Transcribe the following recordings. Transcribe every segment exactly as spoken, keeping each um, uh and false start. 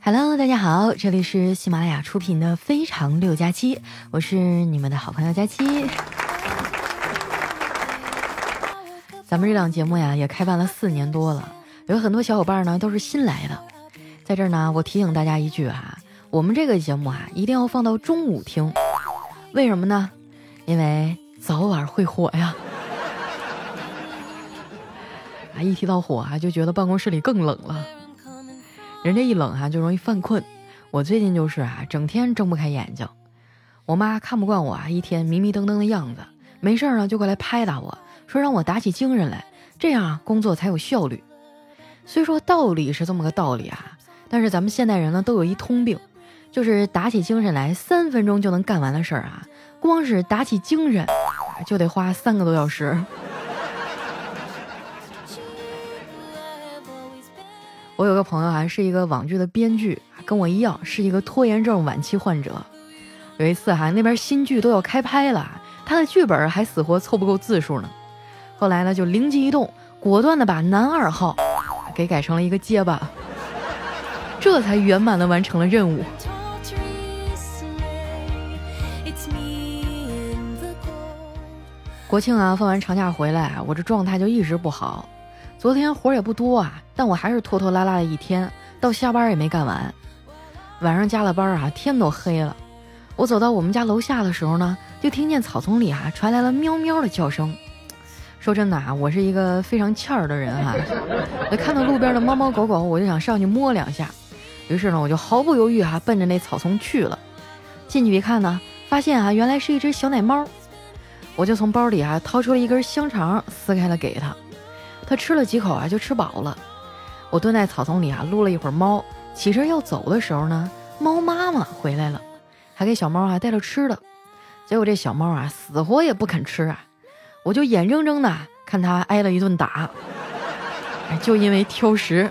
Hello， 大家好，这里是喜马拉雅出品的非常六加七，我是你们的好朋友佳期。咱们这档节目呀也开办了四年多了，有很多小伙伴呢都是新来的。在这儿呢，我提醒大家一句啊，我们这个节目啊一定要放到中午听，为什么呢？因为早晚会火呀。啊，一提到火啊，就觉得办公室里更冷了。人这一冷啊，就容易犯困。我最近就是啊，整天睁不开眼睛。我妈看不惯我啊，一天迷迷瞪瞪的样子，没事呢就过来拍打我，说让我打起精神来，这样啊工作才有效率。虽说道理是这么个道理啊，但是咱们现代人呢都有一通病，就是打起精神来三分钟就能干完的事儿啊，光是打起精神就得花三个多小时。我有个朋友啊，是一个网剧的编剧，跟我一样是一个拖延症晚期患者。有一次哈、啊，那边新剧都要开拍了，他的剧本还死活凑不够字数呢。后来呢，就灵机一动，果断的把男二号给改成了一个结巴，这才圆满的完成了任务。国庆啊，放完长假回来，我这状态就一直不好。昨天活也不多啊，但我还是拖拖拉拉的一天，到下班也没干完。晚上加了班啊，天都黑了。我走到我们家楼下的时候呢，就听见草丛里啊传来了喵喵的叫声。说真的啊，我是一个非常欠儿的人哈、啊，我看到路边的猫猫狗狗，我就想上去摸两下。于是呢，我就毫不犹豫哈、啊，奔着那草丛去了。进去一看呢，发现啊，原来是一只小奶猫。我就从包里啊掏出了一根香肠，撕开了给它。他吃了几口啊，就吃饱了。我蹲在草丛里啊，撸了一会儿猫，起身要走的时候呢，猫妈妈回来了，还给小猫啊带了吃的。结果这小猫啊，死活也不肯吃啊，我就眼睁睁的看它挨了一顿打，就因为挑食。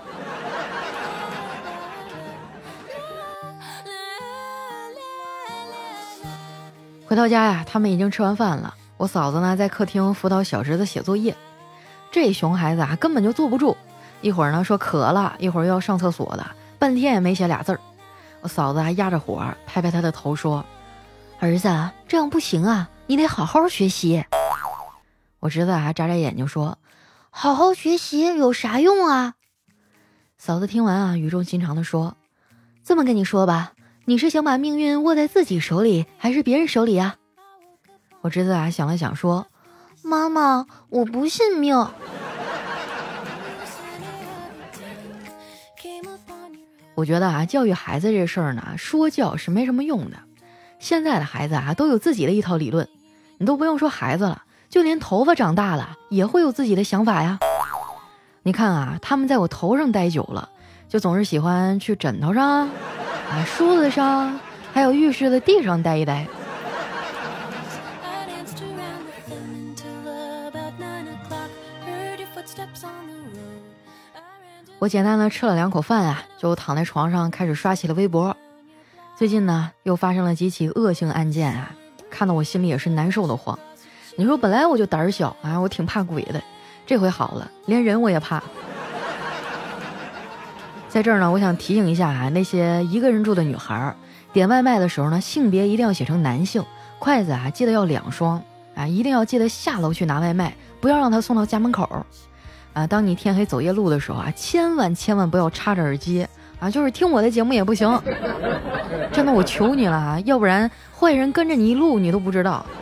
回到家呀，他们已经吃完饭了。我嫂子呢，在客厅辅导小侄子写作业。这熊孩子啊，根本就坐不住，一会儿呢说渴了，一会儿又要上厕所的，半天也没写俩字儿。我嫂子还压着火，拍拍他的头说：“儿子，这样不行啊，你得好好学习。”我侄子还眨眨眼睛说：“好好学习有啥用啊？”嫂子听完啊，语重心长地说：“这么跟你说吧，你是想把命运握在自己手里，还是别人手里啊？”我侄子啊想了想说：“妈妈，我不信命。”我觉得啊，教育孩子这事儿呢，说教是没什么用的。现在的孩子啊，都有自己的一套理论，你都不用说孩子了，就连头发长大了也会有自己的想法呀。你看啊，他们在我头上待久了，就总是喜欢去枕头上、啊梳子上，还有浴室的地上待一待。我简单的吃了两口饭啊，就躺在床上开始刷起了微博。最近呢，又发生了几起恶性案件啊，看得我心里也是难受的慌。你说本来我就胆儿小啊，我挺怕鬼的，这回好了，连人我也怕。在这儿呢，我想提醒一下啊，那些一个人住的女孩，点外卖的时候呢，性别一定要写成男性，筷子啊记得要两双啊，一定要记得下楼去拿外卖，不要让他送到家门口。啊，当你天黑走夜路的时候啊，千万千万不要插着耳机啊，就是听我的节目也不行，真的我求你了啊，要不然坏人跟着你一路你都不知道。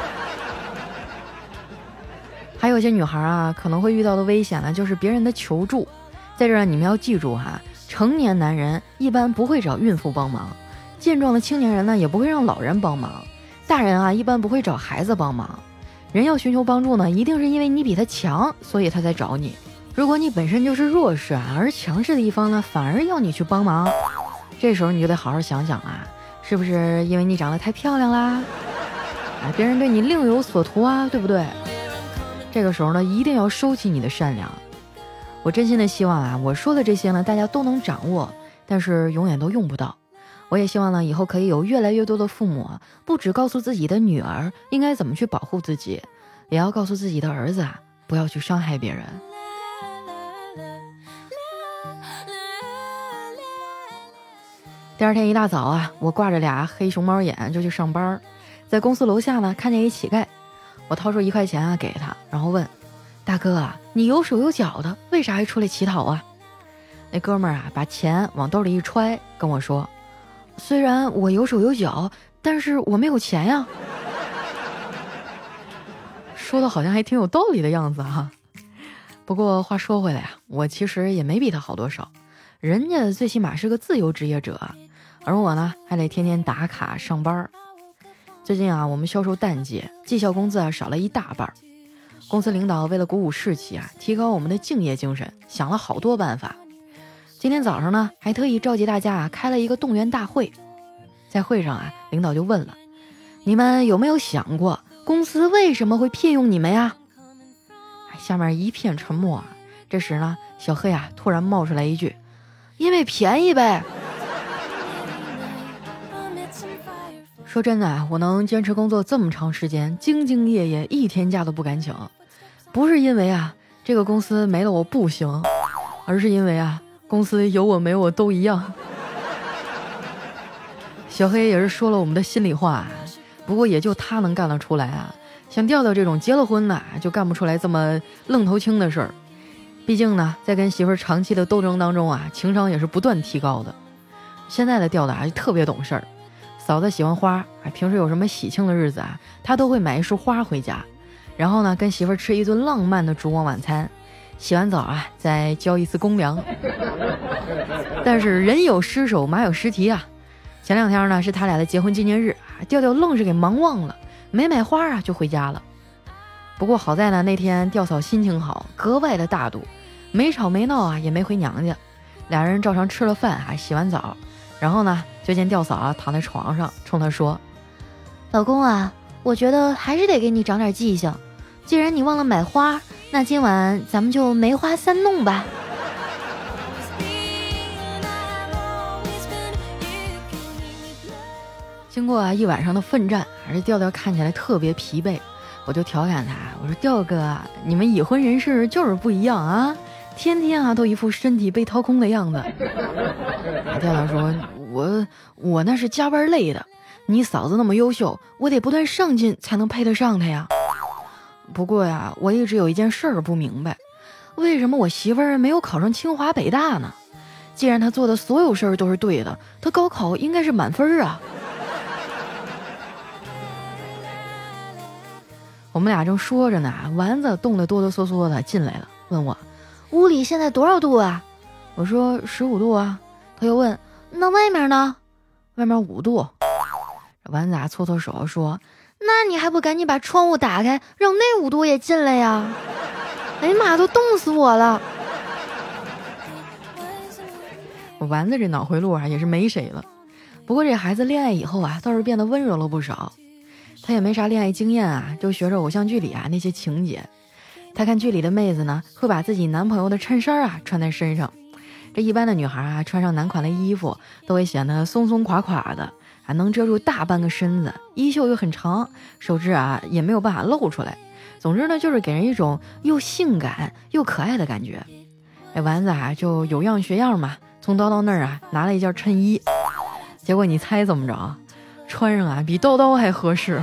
还有些女孩啊，可能会遇到的危险呢，就是别人的求助。在这儿你们要记住哈、啊，成年男人一般不会找孕妇帮忙，健壮的青年人呢也不会让老人帮忙，大人啊一般不会找孩子帮忙。人要寻求帮助呢，一定是因为你比他强，所以他才找你。如果你本身就是弱势啊，而强势的一方呢，反而要你去帮忙，这时候你就得好好想想啊，是不是因为你长得太漂亮啦？啊，别人对你另有所图啊，对不对？这个时候呢，一定要收起你的善良。我真心的希望啊，我说的这些呢，大家都能掌握，但是永远都用不到。我也希望呢，以后可以有越来越多的父母啊，不只告诉自己的女儿应该怎么去保护自己，也要告诉自己的儿子啊，不要去伤害别人。 第二天一大早啊，我挂着俩黑熊猫眼就去上班，在公司楼下呢看见一乞丐，我掏出一块钱啊给他，然后问大哥啊，你有手有脚的，为啥还出来乞讨啊？那哥们儿啊把钱往兜里一揣，跟我说，虽然我有手有脚，但是我没有钱呀。说的好像还挺有道理的样子哈。不过话说回来呀，我其实也没比他好多少，人家最起码是个自由职业者，而我呢还得天天打卡上班。最近啊，我们销售淡季，绩效工资啊少了一大半。公司领导为了鼓舞士气啊，提高我们的敬业精神，想了好多办法。今天早上呢，还特意召集大家啊开了一个动员大会。在会上啊，领导就问了，你们有没有想过公司为什么会聘用你们呀？下面一片沉默啊。这时呢，小黑啊突然冒出来一句，因为便宜呗。说真的啊，我能坚持工作这么长时间，兢兢业业，一天假都不敢请，不是因为啊这个公司没了我不行，而是因为啊公司有我没我都一样。小黑也是说了我们的心里话，不过也就他能干得出来啊，像调调这种结了婚的就干不出来这么愣头青的事儿。毕竟呢，在跟媳妇儿长期的斗争当中啊，情商也是不断提高的。现在的调调啊就特别懂事儿，嫂子喜欢花啊，平时有什么喜庆的日子啊，他都会买一束花回家，然后呢跟媳妇儿吃一顿浪漫的烛光晚餐，洗完澡啊再交一次公粮。但是人有失手马有失蹄啊，前两天呢是他俩的结婚纪念日啊，调调愣是给忙忘了，没买花啊就回家了。不过好在呢那天调嫂心情好，格外的大度，没吵没闹啊，也没回娘家，俩人照常吃了饭啊，洗完澡，然后呢就见调嫂啊躺在床上，冲他说，老公啊，我觉得还是得给你长点记性，既然你忘了买花，那今晚咱们就梅花三弄吧。经过啊一晚上的奋战，这调调看起来特别疲惫，我就调侃他，我说调哥，你们已婚人士就是不一样啊，天天啊都一副身体被掏空的样子。调调说，我我那是加班累的，你嫂子那么优秀，我得不断上进才能配得上她呀。不过呀，我一直有一件事儿不明白，为什么我媳妇儿没有考上清华北大呢？既然她做的所有事儿都是对的，她高考应该是满分啊。我们俩正说着呢，丸子冻得哆哆嗦嗦的进来了，问我屋里现在多少度啊？我说十五度啊。他又问那外面呢？外面五度。丸子啊搓搓手说，那你还不赶紧把窗户打开，让那五度也进来呀？哎呀妈，都冻死我了。我丸子这脑回路啊也是没谁了。不过这孩子恋爱以后啊倒是变得温柔了不少。他也没啥恋爱经验啊，就学着偶像剧里啊那些情节。他看剧里的妹子呢，会把自己男朋友的衬衫啊穿在身上。这一般的女孩啊，穿上男款的衣服都会显得松松垮垮的，还能遮住大半个身子，衣袖又很长，手指啊也没有办法露出来。总之呢，就是给人一种又性感又可爱的感觉。这丸子啊就有样学样嘛，从叨叨那儿啊拿了一件衬衣。结果你猜怎么着？穿上啊比叨叨还合适。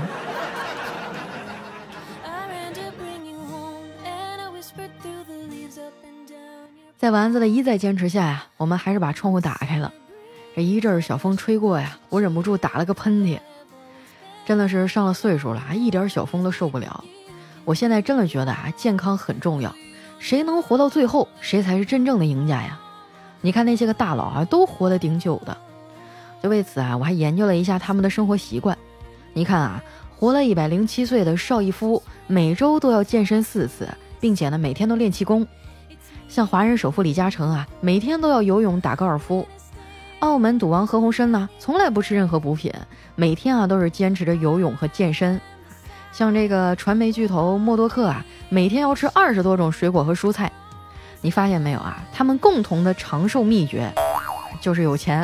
在丸子的一再坚持下呀，我们还是把窗户打开了。这一阵小风吹过呀，我忍不住打了个喷嚏。真的是上了岁数了，一点小风都受不了。我现在真的觉得啊，健康很重要，谁能活到最后，谁才是真正的赢家呀。你看那些个大佬啊，都活得挺久的。就为此啊，我还研究了一下他们的生活习惯。你看啊，活了一百零七岁的邵逸夫，每周都要健身四次，并且呢每天都练气功。像华人首富李嘉诚啊，每天都要游泳打高尔夫。澳门赌王何鸿燊呢，从来不吃任何补品，每天啊都是坚持着游泳和健身。像这个传媒巨头默多克啊，每天要吃二十多种水果和蔬菜。你发现没有啊？他们共同的长寿秘诀就是有钱。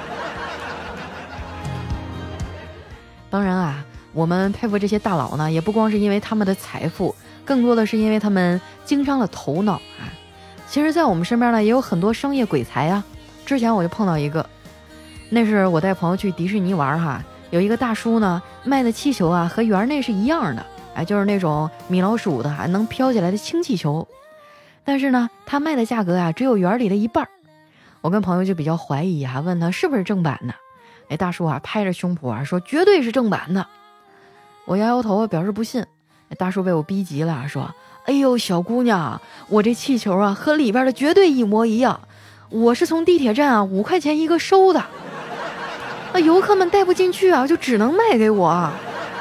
当然啊，我们佩服这些大佬呢，也不光是因为他们的财富，更多的是因为他们经商的头脑啊。其实在我们身边呢，也有很多商业鬼才啊。之前我就碰到一个， 那是我带朋友去迪士尼玩哈，有一个大叔呢卖的气球啊和园内是一样的，哎，就是那种米老鼠的还能飘起来的氢气球，但是呢他卖的价格啊只有园里的一半。我跟朋友就比较怀疑啊，问他是不是正版的。那大叔啊拍着胸脯啊说绝对是正版的。我摇摇头表示不信。大叔被我逼急了，说哎呦小姑娘，我这气球啊和里边的绝对一模一样，我是从地铁站啊五块钱一个收的，啊游客们带不进去啊就只能卖给我。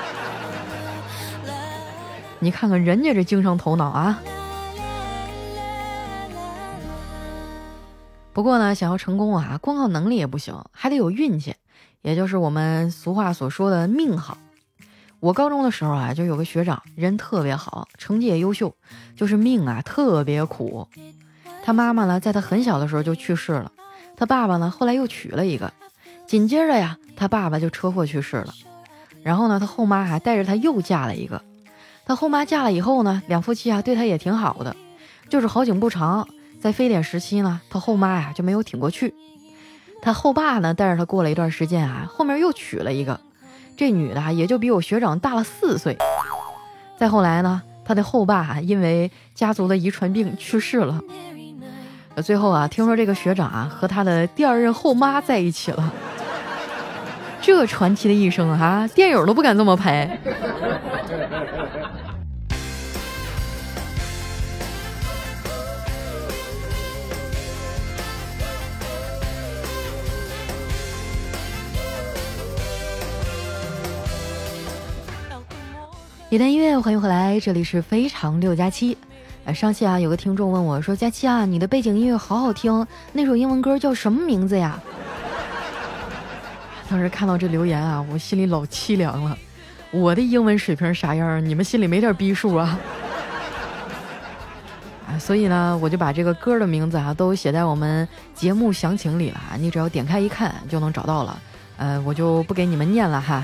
你看看人家这经商头脑啊。不过呢想要成功啊光靠能力也不行，还得有运气，也就是我们俗话所说的命好。我高中的时候啊就有个学长，人特别好，成绩也优秀，就是命啊特别苦。他妈妈呢在他很小的时候就去世了，他爸爸呢后来又娶了一个，紧接着呀他爸爸就车祸去世了，然后呢他后妈还带着他又嫁了一个。他后妈嫁了以后呢，两夫妻啊对他也挺好的，就是好景不长，在非典时期呢他后妈呀就没有挺过去。他后爸呢带着他过了一段时间啊，后面又娶了一个，这女的也就比我学长大了四岁。再后来呢他的后爸因为家族的遗传病去世了。最后啊听说这个学长啊和他的第二任后妈在一起了。这传奇的一生啊，电影都不敢这么拍。一段音乐，欢迎回来，这里是非常六加七。呃，上期啊有个听众问我说，佳期啊你的背景音乐好好听，那首英文歌叫什么名字呀？当时看到这留言啊，我心里老凄凉了。我的英文水平啥样，你们心里没点逼数啊？啊，所以呢，我就把这个歌的名字啊都写在我们节目详情里了，你只要点开一看就能找到了。呃，我就不给你们念了哈。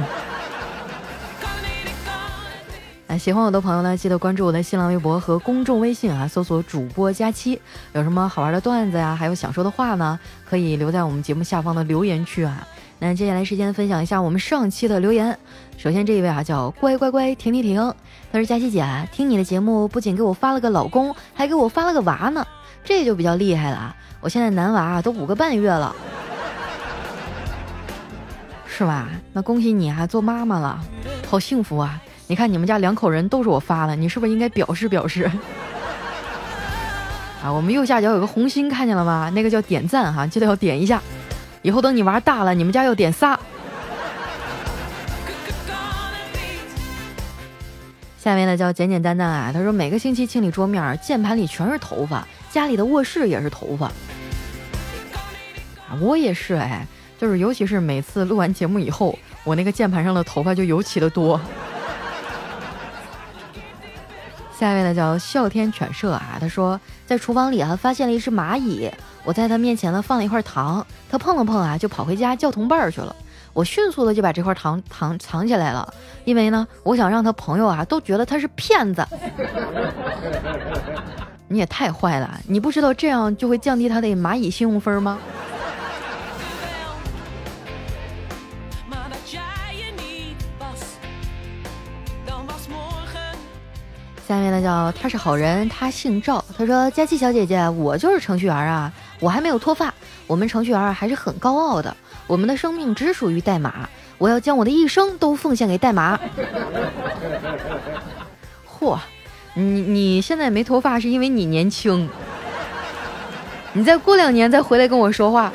哎，喜欢我的朋友呢，记得关注我的新浪微博和公众微信啊，搜索主播佳期。有什么好玩的段子呀，还有想说的话呢，可以留在我们节目下方的留言区啊。那接下来时间分享一下我们上期的留言。首先这一位啊叫乖乖乖停停停，他说佳期姐，听你的节目不仅给我发了个老公，还给我发了个娃呢，这就比较厉害了啊！我现在男娃啊都五个半月了，是吧？那恭喜你啊，做妈妈了，好幸福啊！你看你们家两口人都是我发的，你是不是应该表示表示？啊，我们右下角有个红心，看见了吗？那个叫点赞哈，记得要点一下。以后等你娃大了，你们家要点仨。下面呢叫简简单单啊，他说每个星期清理桌面，键盘里全是头发，家里的卧室也是头发。啊，我也是哎，就是尤其是每次录完节目以后，我那个键盘上的头发就尤其的多。下一位呢叫哮天犬舍啊，他说在厨房里啊发现了一只蚂蚁，我在他面前呢放了一块糖，他碰了碰啊就跑回家叫同伴去了。我迅速的就把这块糖糖藏起来了，因为呢我想让他朋友啊都觉得他是骗子。你也太坏了，你不知道这样就会降低他的蚂蚁信用分吗？下面呢叫他是好人，他姓赵。他说佳琪小姐姐，我就是程序员啊，我还没有脱发。我们程序员还是很高傲的，我们的生命只属于代码，我要将我的一生都奉献给代码。嚯，你你现在没脱发是因为你年轻，你再过两年再回来跟我说话。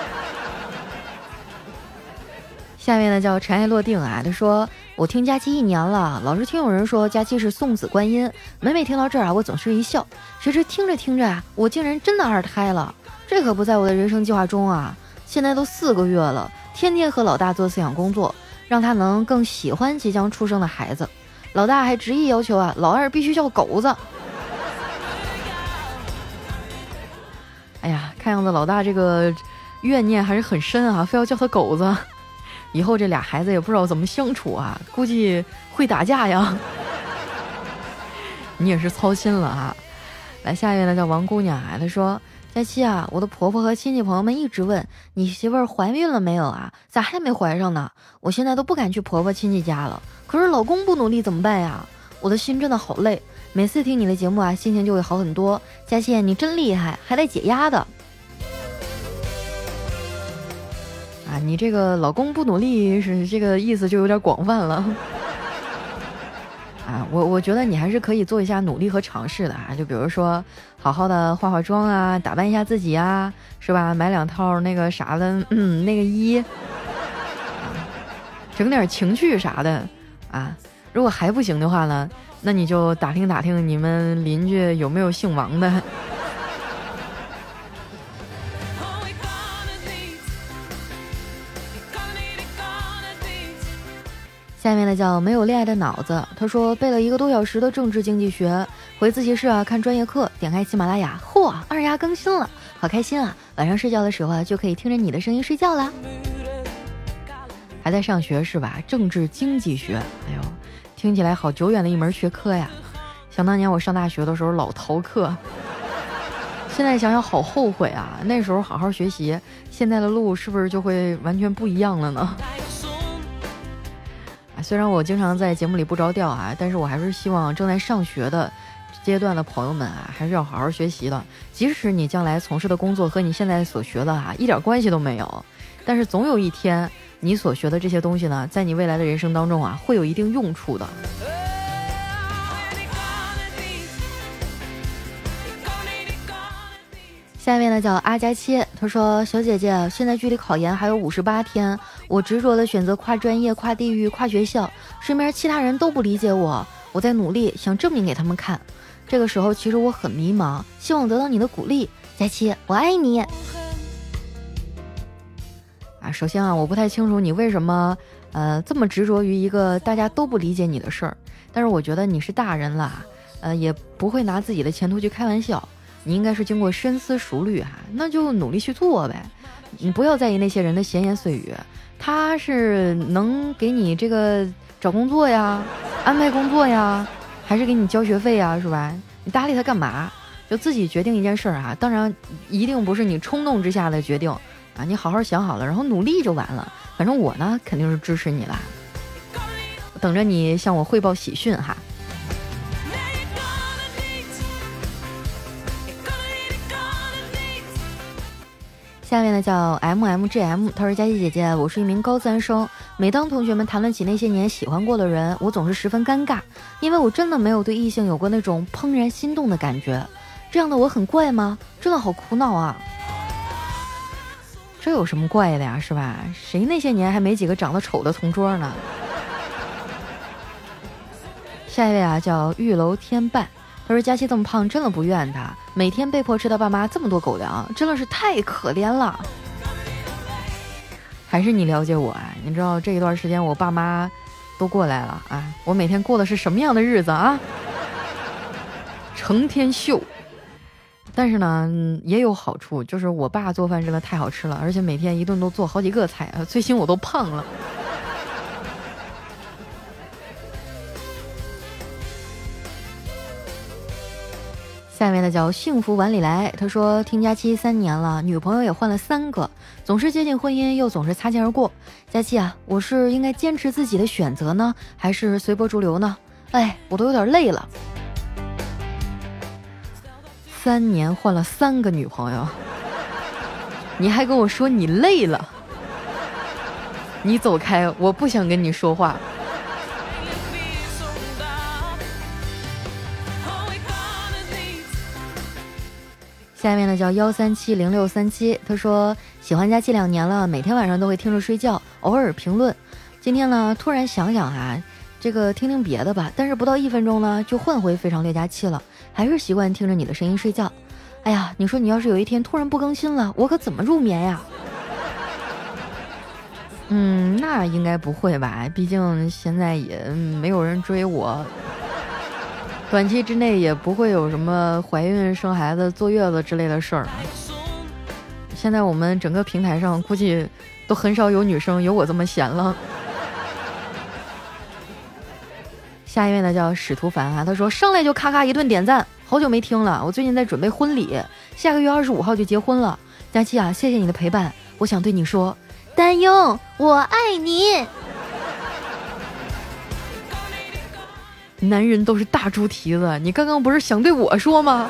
下面呢叫尘埃落定啊，他说我听佳期一年了，老是听有人说佳期是送子观音，每每听到这儿啊，我总是一笑，谁知听着听着啊，我竟然真的二胎了，这可不在我的人生计划中啊！现在都四个月了，天天和老大做思想工作，让他能更喜欢即将出生的孩子。老大还执意要求啊，老二必须叫狗子。哎呀，看样子老大这个怨念还是很深啊，非要叫他狗子。以后这俩孩子也不知道怎么相处啊，估计会打架呀。你也是操心了啊。来，下一位呢叫王姑娘啊，她说佳期啊，我的婆婆和亲戚朋友们一直问你媳妇儿怀孕了没有啊？咋还没怀上呢？我现在都不敢去婆婆亲戚家了。可是老公不努力怎么办呀？我的心真的好累。每次听你的节目啊，心情就会好很多。佳期，你真厉害，还带解压的。啊，你这个老公不努力是这个意思就有点广泛了。啊，我我觉得你还是可以做一下努力和尝试的啊，就比如说好好的化化妆啊，打扮一下自己啊，是吧？买两套那个啥的，嗯，那个衣，啊、整点情趣啥的啊。如果还不行的话呢，那你就打听打听你们邻居有没有姓王的。下面的叫没有恋爱的脑子，他说背了一个多小时的政治经济学，回自习室啊看专业课，点开喜马拉雅，嚯，二丫更新了，好开心啊！晚上睡觉的时候啊就可以听着你的声音睡觉啦。还在上学是吧？政治经济学，哎呦，听起来好久远的一门学科呀。想当年我上大学的时候老逃课，现在想想好后悔啊！那时候好好学习，现在的路是不是就会完全不一样了呢？虽然我经常在节目里不着调啊，但是我还是希望正在上学的阶段的朋友们啊，还是要好好学习的。即使你将来从事的工作和你现在所学的啊一点关系都没有，但是总有一天你所学的这些东西呢，在你未来的人生当中啊，会有一定用处的。下面呢叫阿佳切，他说小姐姐，现在距离考研还有五十八天，我执着的选择跨专业、跨地域、跨学校，身边其他人都不理解我，我在努力想证明给他们看。这个时候其实我很迷茫，希望得到你的鼓励。佳期，我爱你。啊，首先啊，我不太清楚你为什么呃这么执着于一个大家都不理解你的事儿，但是我觉得你是大人了，呃也不会拿自己的前途去开玩笑。你应该是经过深思熟虑哈、啊，那就努力去做呗，你不要在意那些人的闲言碎语，他是能给你这个找工作呀，安排工作呀，还是给你交学费呀，是吧？你搭理他干嘛？就自己决定一件事儿啊，当然一定不是你冲动之下的决定啊，你好好想好了，然后努力就完了。反正我呢肯定是支持你啦，等着你向我汇报喜讯哈。下面呢叫 M M G M， 他说佳琪姐姐，我是一名高三生，每当同学们谈论起那些年喜欢过的人，我总是十分尴尬，因为我真的没有对异性有过那种怦然心动的感觉。这样的我很怪吗？真的好苦恼啊。这有什么怪的呀，是吧？谁那些年还没几个长得丑的同桌呢？下一位啊叫玉楼天半，他说佳期这么胖真的不怨他，每天被迫吃到爸妈这么多狗粮，真的是太可怜了。还是你了解我啊，你知道这一段时间我爸妈都过来了啊，我每天过的是什么样的日子啊？成天秀。但是呢、嗯、也有好处，就是我爸做饭真的太好吃了，而且每天一顿都做好几个菜，最新我都胖了。下面的叫幸福碗里来，他说听佳期三年了，女朋友也换了三个，总是接近婚姻，又总是擦肩而过。佳期啊，我是应该坚持自己的选择呢，还是随波逐流呢？哎，我都有点累了。三年换了三个女朋友，你还跟我说你累了？你走开，我不想跟你说话。下面呢叫幺三七零六三七，他说喜欢佳期两年了，每天晚上都会听着睡觉，偶尔评论。今天呢突然想想啊，这个听听别的吧，但是不到一分钟呢就换回非常猎佳期了，还是习惯听着你的声音睡觉。哎呀，你说你要是有一天突然不更新了，我可怎么入眠呀？嗯，那应该不会吧，毕竟现在也没有人追我。短期之内也不会有什么怀孕生孩子坐月子之类的事儿。现在我们整个平台上估计都很少有女生有我这么闲了。下一位呢叫使徒凡啊，他说上来就咔咔一顿点赞， 好久没听了，我最近在准备婚礼，下个月二十五号就结婚了。佳期啊，谢谢你的陪伴，我想对你说，丹英，我爱你。男人都是大猪蹄子，你刚刚不是想对我说吗？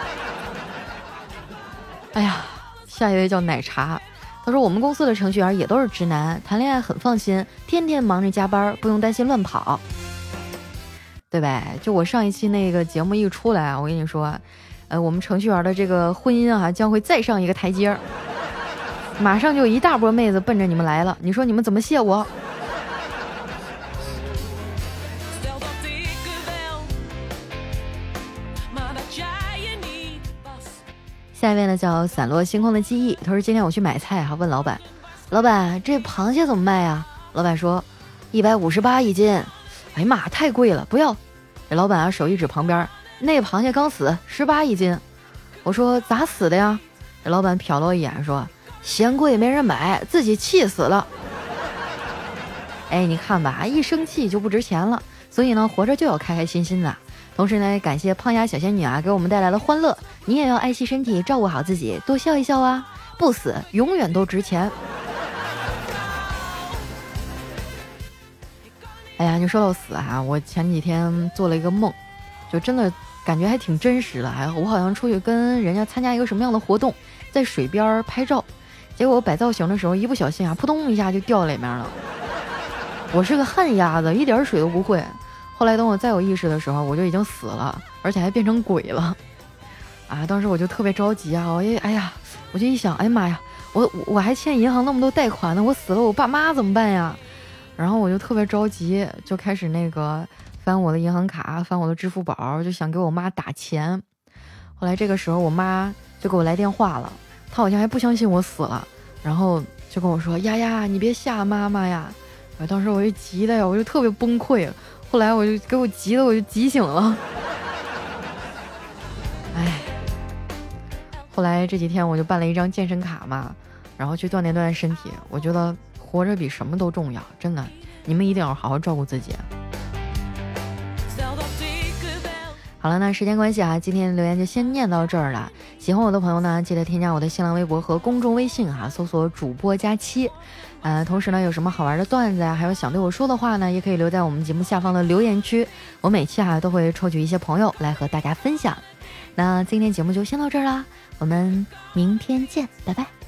哎呀，下一位叫奶茶，他说我们公司的程序员也都是直男，谈恋爱很放心，天天忙着加班，不用担心乱跑，对呗？就我上一期那个节目一出来啊，我跟你说，呃，我们程序员的这个婚姻啊将会再上一个台阶，马上就有一大波妹子奔着你们来了，你说你们怎么谢我？下一位呢叫散落星空的记忆，他说今天我去买菜哈，问老板，老板这螃蟹怎么卖呀？老板说一百五十八一斤。哎呀妈，太贵了，不要。这老板啊手一指旁边，那螃蟹刚死，十八一斤。我说咋死的呀？这老板瞟了我一眼说，嫌贵没人买，自己气死了。哎，你看吧，一生气就不值钱了，所以呢活着就要开开心心的。同时呢，感谢胖丫小仙女啊，给我们带来了欢乐。你也要爱惜身体，照顾好自己，多笑一笑啊！不死永远都值钱。哎呀，你说到死啊，我前几天做了一个梦，就真的感觉还挺真实的。哎，我好像出去跟人家参加一个什么样的活动，在水边拍照，结果我摆造型的时候，一不小心啊，扑通一下就掉里面了。我是个旱鸭子，一点水都不会。后来等我再有意识的时候，我就已经死了，而且还变成鬼了，啊！当时我就特别着急啊！我一哎呀，我就一想，哎呀妈呀，我我还欠银行那么多贷款呢，我死了，我爸妈怎么办呀？然后我就特别着急，就开始那个翻我的银行卡，翻我的支付宝，就想给我妈打钱。后来这个时候，我妈就给我来电话了，她好像还不相信我死了，然后就跟我说：“丫丫，你别吓妈妈呀！”当时我就急的呀，我就特别崩溃。后来我就给我急的我就急醒了，哎，后来这几天我就办了一张健身卡嘛，然后去锻炼锻炼身体。我觉得活着比什么都重要，真的，你们一定要好好照顾自己。好了，那时间关系啊，今天的留言就先念到这儿了。喜欢我的朋友呢，记得添加我的新浪微博和公众微信哈、啊，搜索主播佳期。呃，同时呢，有什么好玩的段子呀、啊，还有想对我说的话呢，也可以留在我们节目下方的留言区。我每期哈、啊、都会抽取一些朋友来和大家分享。那今天节目就先到这儿啦，我们明天见，拜拜。